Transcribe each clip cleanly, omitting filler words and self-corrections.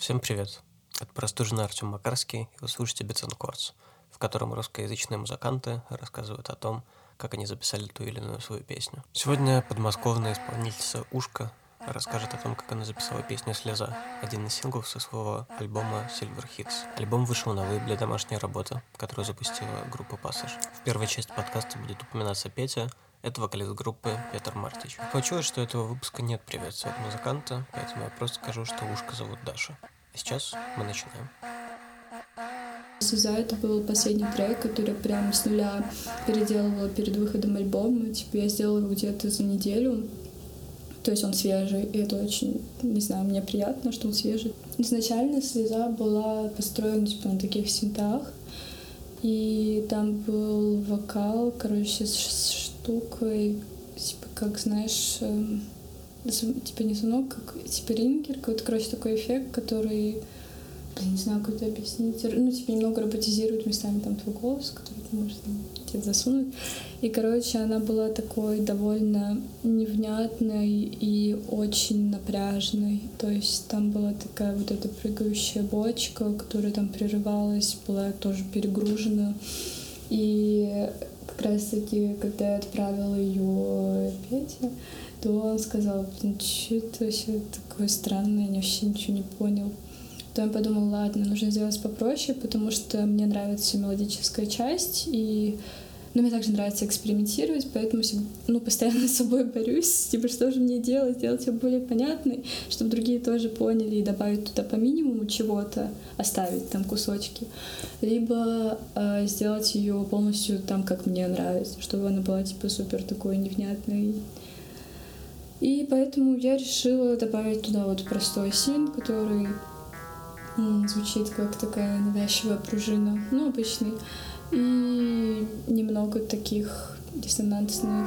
Всем привет! Это простуженный Артем Макарский, и вы слушаете Бетанкорс, в котором русскоязычные музыканты рассказывают о том, как они записали ту или иную свою песню. Сегодня подмосковная исполнительница Ушка расскажет о том, как она записала песню «Слеза», один из синглов со своего альбома Silver Hits. Альбом вышел на лейбле «Домашняя работа», которую запустила группа «Пассаж». В первой части подкаста будет упоминаться Петя. Это вокалист группы Петр Мартич. Получилось, что этого выпуска нет приветствия от музыканта, поэтому я просто скажу, что Ушка зовут Даша. А сейчас мы начинаем. «Слеза» — это был последний трек, который прям с нуля переделывала перед выходом альбома. Я сделала его где-то за неделю. То есть он свежий, и это очень, не знаю, мне приятно, что он свежий. Изначально «Слеза» была построена на таких синтах, и там был вокал, с штукой, как, знаешь, не звонок, как рингер, какой-то, такой эффект, который, не знаю, как это объяснить, немного роботизирует местами там твой голос, который ты можешь где-то засунуть. И, она была такой довольно невнятной и очень напряженной. То есть там была такая вот эта прыгающая бочка, которая там прерывалась, была тоже перегружена. И как раз-таки, когда я отправила ее Пете, то он сказал: что это вообще такое странное, я вообще ничего не понял. Потом я подумала: ладно, нужно сделать попроще, потому что мне нравится мелодическая часть, и мне также нравится экспериментировать, поэтому постоянно с собой борюсь, что же мне делать ее более понятной, чтобы другие тоже поняли, и добавить туда по минимуму чего-то, оставить там кусочки, либо сделать ее полностью там, как мне нравится, чтобы она была супер такой невнятной. И поэтому я решила добавить туда простой синт, который звучит как такая навязчивая пружина, обычный, и немного таких диссонансных,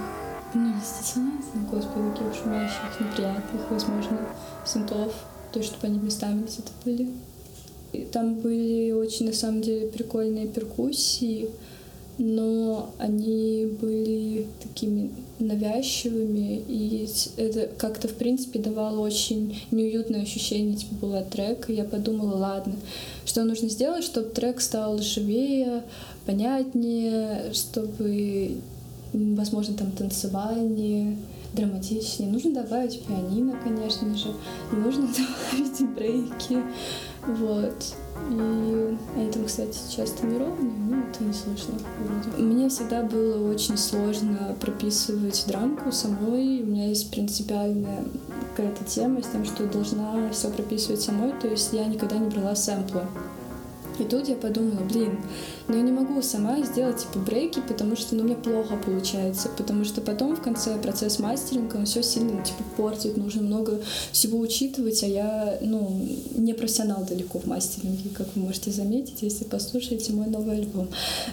господи, таких шумящих, неприятных, возможно, синтов, то, чтобы они местами где-то были. И там были очень, на самом деле, прикольные перкуссии, но они были такими навязчивыми, и это как-то, в принципе, давало очень неуютное ощущение, было от трека. Я подумала: ладно, что нужно сделать, чтобы трек стал живее, понятнее, чтобы, возможно, там танцевальнее, драматичнее. Нужно добавить пианино, конечно же, и нужно добавить брейки. И они там, кстати, часто неровные, это не слышно вроде. Мне всегда было очень сложно прописывать драмку самой. У меня есть принципиальная какая-то тема с тем, что должна все прописывать самой, то есть я никогда не брала сэмплы. И тут я подумала: я не могу сама сделать брейки, потому что мне плохо получается, потому что потом в конце процесс мастеринга, он все сильно портит, нужно много всего учитывать, а я, не профессионал далеко в мастеринге, как вы можете заметить, если послушаете мой новый альбом.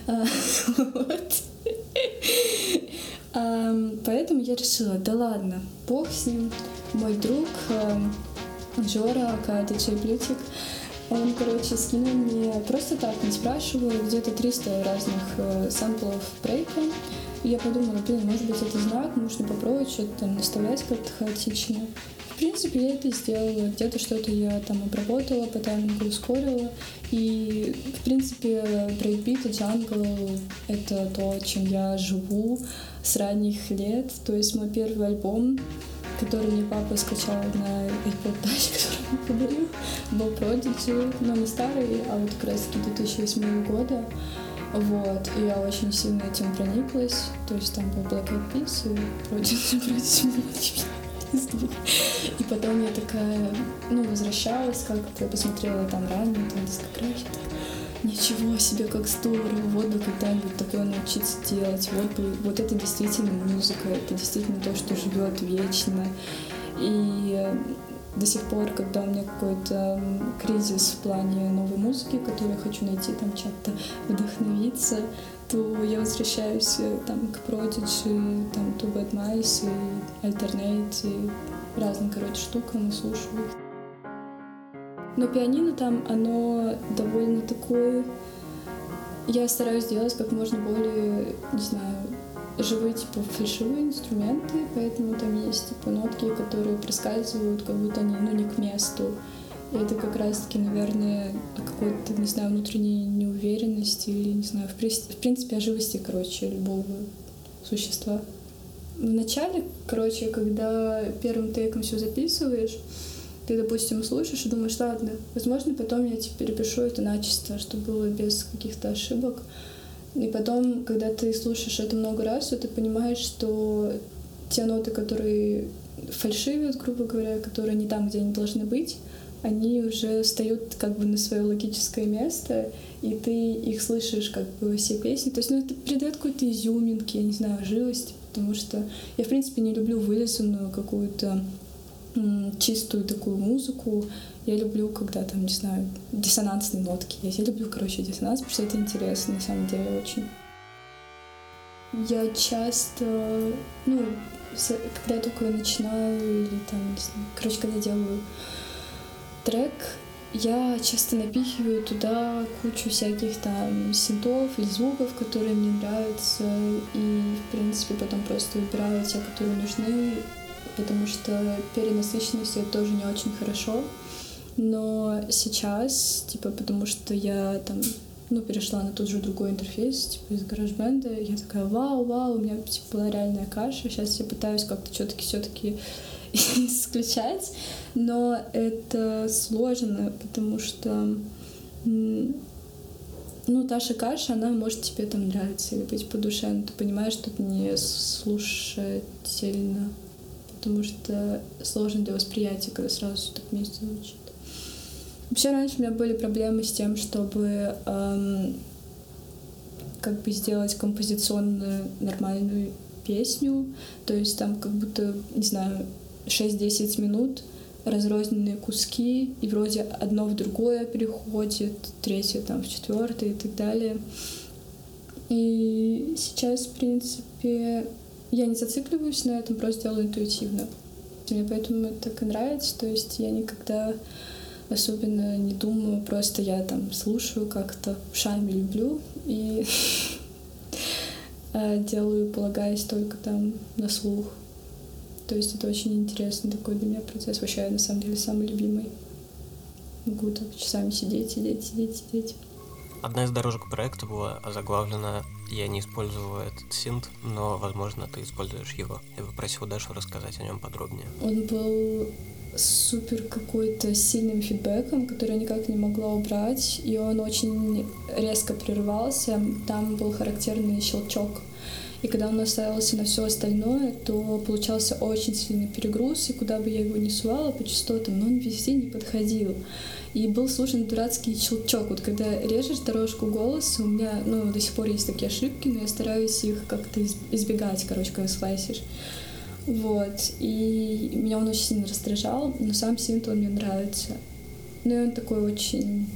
Поэтому я решила: да ладно, бог с ним. Мой друг Жора, DJ Блютик, он, скинул мне просто так, не спрашивая, где-то 300 разных сэмплов брейка. И я подумала: может быть, это знак, нужно попробовать что-то там наставлять как-то хаотично. В принципе, я это сделала. Где-то что-то я там обработала, по таймингу ускорила. И, в принципе, брейкбит и джангл — это то, чем я живу с ранних лет. То есть мой первый альбом, который мне папа скачал на iPod Touch, который мне подарил, был Prodigy, но не старый, а как раз-таки 2008 года. И я очень сильно этим прониклась. То есть там был Black Eyed Peas и Prodigy. И потом я такая, возвращалась, как-то посмотрела там ранее, там дискографию. Ничего себе, как здорово, бы когда-нибудь такое научиться делать, вот это действительно музыка, это действительно то, что живет вечно. И до сих пор, когда у меня какой-то кризис в плане новой музыки, которую я хочу найти, там чем-то вдохновиться, то я возвращаюсь там к Prodigy, там To Bad Mice и Alternate, и разным, штукам, и слушаю их. Но пианино там, оно довольно такое... Я стараюсь делать как можно более, живые, фальшивые инструменты, поэтому там есть, нотки, которые проскальзывают, как будто они, не к месту. И это как раз-таки, наверное, какой-то, не знаю, внутренней неуверенности или, не знаю, в принципе, о живости, короче, любого существа. Вначале, короче, когда первым тейком все записываешь, ты, допустим, слушаешь и думаешь, ладно, возможно, потом я перепишу это начисто, чтобы было без каких-то ошибок. И потом, когда ты слушаешь это много раз, то ты понимаешь, что те ноты, которые фальшивят, грубо говоря, которые не там, где они должны быть, они уже встают как бы на свое логическое место, и ты их слышишь как бы во всей песне. То есть, это придает какой-то изюминки, я не знаю, живости, потому что я, в принципе, не люблю вылизанную какую-то чистую такую музыку. Я люблю, когда там, не знаю, диссонансные нотки есть. Я люблю, короче, диссонанс, потому что это интересно, на самом деле, очень. Я часто, когда я только начинаю или там, не знаю, короче, когда делаю трек, я часто напихиваю туда кучу всяких там синтов или звуков, которые мне нравятся, и, в принципе, потом просто выбираю те, которые нужны, потому что перенасыщенность — это тоже не очень хорошо. Но сейчас, потому что я там, перешла на тот же другой интерфейс, из GarageBand, я такая, вау, у меня, была реальная каша. Сейчас я пытаюсь как-то все-таки исключать, но это сложно, потому что, та же каша, она может тебе там нравиться или быть по душе, но ты понимаешь, что это не слушательно, потому что сложно для восприятия, когда сразу все так вместе звучит. Вообще раньше у меня были проблемы с тем, чтобы сделать композиционную нормальную песню, то есть там как будто, не знаю, 6-10 минут, разрозненные куски, и вроде одно в другое переходит, третье там в четвертое и так далее. И сейчас, в принципе, я не зацикливаюсь на этом, просто делаю интуитивно. Мне поэтому это так и нравится, то есть я никогда особенно не думаю, просто я там слушаю как-то, ушами люблю и делаю, полагаясь только там на слух. То есть это очень интересный такой для меня процесс. Вообще, на самом деле, самый любимый. Могу так часами сидеть. Одна из дорожек проекта была озаглавлена «Я не использовал этот синт, но, возможно, ты используешь его». Я попросил Дашу рассказать о нем подробнее. Он был супер какой-то сильным фидбэком, который я никак не могла убрать, и он очень резко прерывался. Там был характерный щелчок. И когда он наставился на все остальное, то получался очень сильный перегруз, и куда бы я его ни сувала по частотам, но он везде не подходил. И был слышен дурацкий щелчок. Вот когда режешь дорожку голоса, у меня, до сих пор есть такие ошибки, но я стараюсь их как-то избегать, когда слайсишь. Вот. И меня он очень сильно раздражал, но сам синт он мне нравится. И он такой очень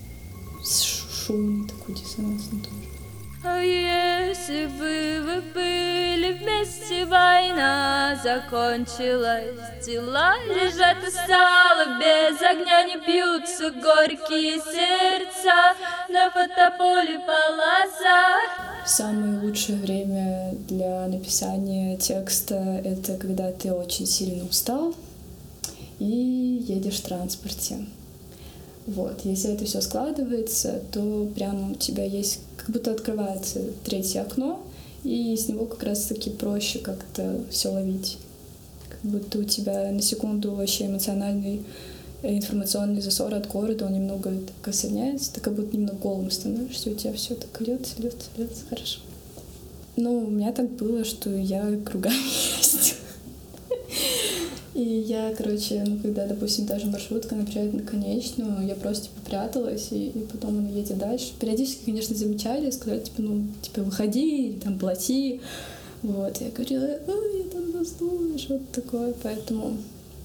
шумный, такой диссонансный тоже. А если бы вы были вместе, война закончилась, тела лежат устало, без огня не бьются горькие сердца, на фотополе полоса. Самое лучшее время для написания текста — это когда ты очень сильно устал и едешь в транспорте. Вот. Если это все складывается, то прям у тебя есть, как будто открывается третье окно, и с него как раз-таки проще как-то все ловить. Как будто у тебя на секунду вообще эмоциональный информационный засор от города, он немного так осадняется, ты как будто немного голым становишься, у тебя все так льется, хорошо. У меня так было, что я кругами ездила. И я, когда, допустим, даже маршрутка приезжает на конечную, я просто пряталась, и потом она едет дальше. Периодически, конечно, замечали, сказали, выходи, там, плати. Вот, я говорила, я там заснул, что-то такое, поэтому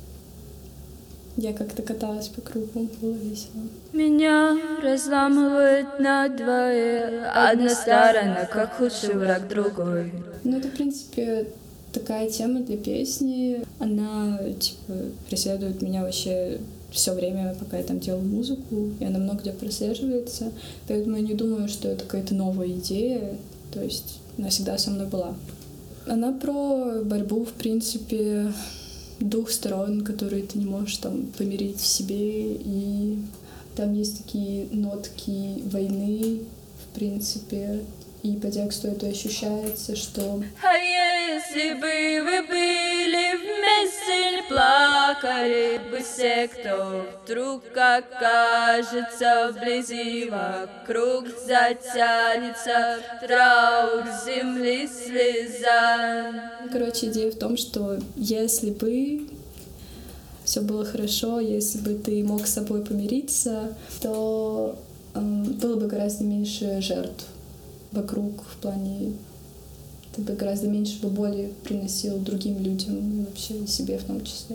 я как-то каталась по кругу, было весело. Меня разламывает надвое, одна сторона, как худший враг другой. Это, в принципе, такая тема для песни. Она, преследует меня вообще все время, пока я там делаю музыку, и она много где прослеживается. Поэтому я не думаю, что это какая-то новая идея. То есть она всегда со мной была. Она про борьбу, в принципе, двух сторон, которые ты не можешь там помирить в себе, и там есть такие нотки войны, в принципе, и по тексту это ощущается, что... А если бы вы были вместе, не плакали бы все, кто вдруг окажется вблизи, вокруг затянется траур земли слеза. Короче, идея в том, что если бы все было хорошо, если бы ты мог с собой помириться, то было бы гораздо меньше жертв вокруг, в плане ты бы гораздо меньше бы боли приносил другим людям и вообще себе в том числе.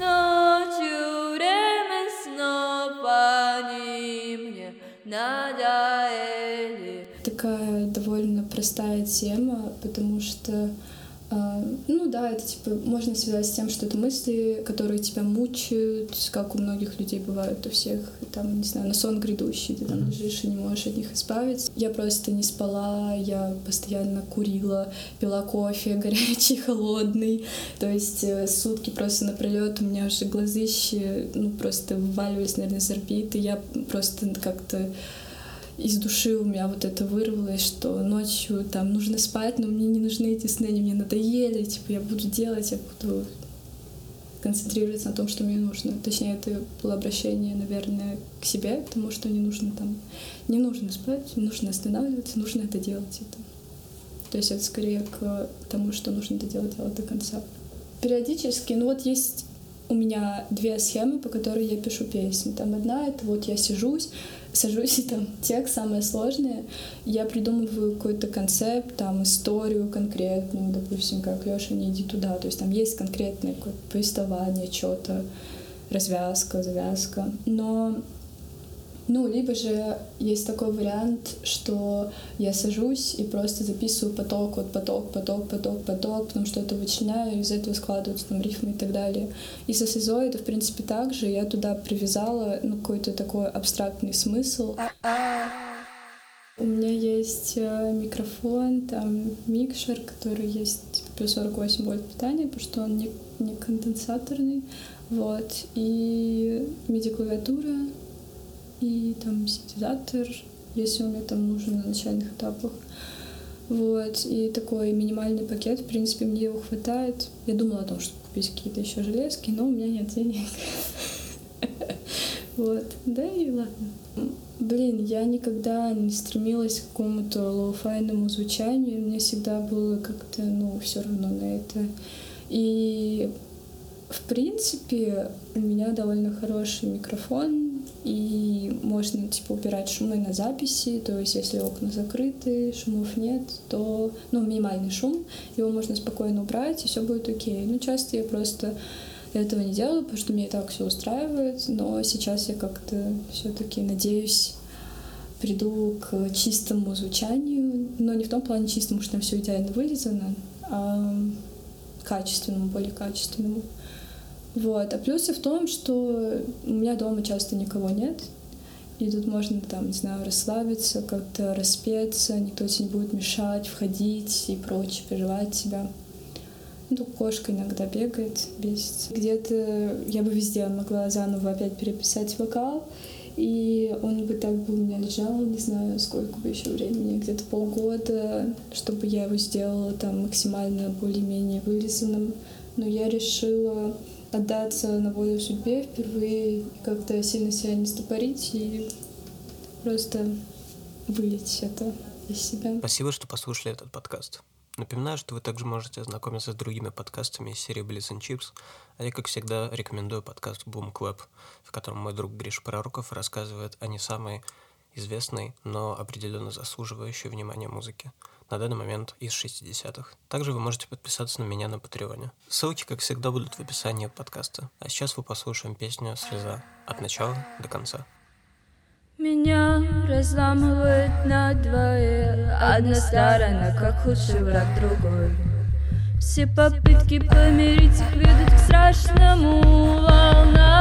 Ночью время снова они мне надоели. Такая довольно простая тема, потому что ну да, это типа можно связать с тем, что это мысли, которые тебя мучают, как у многих людей бывают, у всех, там, не знаю, на сон грядущий, ты там лежишь и не можешь от них избавиться. Я просто не спала, я постоянно курила, пила кофе горячий, холодный, то есть сутки просто напролёт у меня уже глазищи, ну, просто вываливались, наверное, с орбиты, я просто как-то из души у меня вот это вырвалось, что ночью там нужно спать, но мне не нужны эти сны, они мне надоели, типа я буду делать, я буду концентрироваться на том, что мне нужно. Точнее, это было обращение, наверное, к себе, к тому, что не нужно там, не нужно спать, не нужно останавливаться, нужно это делать. Это. То есть это скорее к тому, что нужно это делать до конца. Периодически, ну вот есть у меня две схемы, по которой я пишу песни. Там одна — это вот я сажусь, и там текст самое сложное. Я придумываю какой-то концепт, там историю конкретную, допустим, как Лёша, не иди туда. То есть там есть конкретное какое-то повествование, что-то, развязка, завязка. Но ну, либо же есть такой вариант, что я сажусь и просто записываю поток, потому что это вычленяю, и из этого складываются там рифмы и так далее. И со слезой это, в принципе, так же. Я туда привязала, ну, какой-то такой абстрактный смысл. У меня есть микрофон, там микшер, который есть плюс 48 вольт питания, потому что он не конденсаторный. Вот. И MIDI-клавиатура, и там синтезатор, если он мне там нужен на начальных этапах. Вот. И такой минимальный пакет, в принципе, мне его хватает. Я думала о том, чтобы купить какие-то еще железки, но у меня нет денег. Вот. Да и ладно. Блин, я никогда не стремилась к какому-то лоу-файному звучанию. Мне всегда было как-то, ну, все равно на это. И в принципе, у меня довольно хороший микрофон, и можно, типа, убирать шумы на записи, то есть если окна закрыты, шумов нет, то, ну, минимальный шум, его можно спокойно убрать, и все будет окей. Ну, часто я просто этого не делаю, потому что меня и так все устраивает, но сейчас я как-то все-таки надеюсь, приду к чистому звучанию, но не в том плане чистому, что там все идеально вылизано, а качественному, более качественному. Вот. А плюсы в том, что у меня дома часто никого нет, и тут можно, там, не знаю, расслабиться, как-то распеться, никто тебе не будет мешать, входить и прочее, прерывать себя. Ну, тут кошка иногда бегает, бесится. Где-то я бы везде могла заново опять переписать вокал, и он бы так бы у меня лежал, не знаю, сколько бы еще времени, где-то полгода, чтобы я его сделала там максимально более-менее вылизанным. Но я решила отдаться на волю судьбе впервые, как-то сильно себя не стопорить и просто вылить это из себя. Спасибо, что послушали этот подкаст. Напоминаю, что вы также можете ознакомиться с другими подкастами из серии Bliss and Chips, а я, как всегда, рекомендую подкаст Boom Club, в котором мой друг Гриша Пророков рассказывает о не самой известной, но определенно заслуживающей внимания музыке, на данный момент из 60-х. Также вы можете подписаться на меня на Патреоне. Ссылки, как всегда, будут в описании подкаста. А сейчас вы послушаем песню «Слеза» от начала до конца. Меня разламывает надвое, одна сторона, как худший враг другой. Все попытки помирить их ведут к страшному волнам.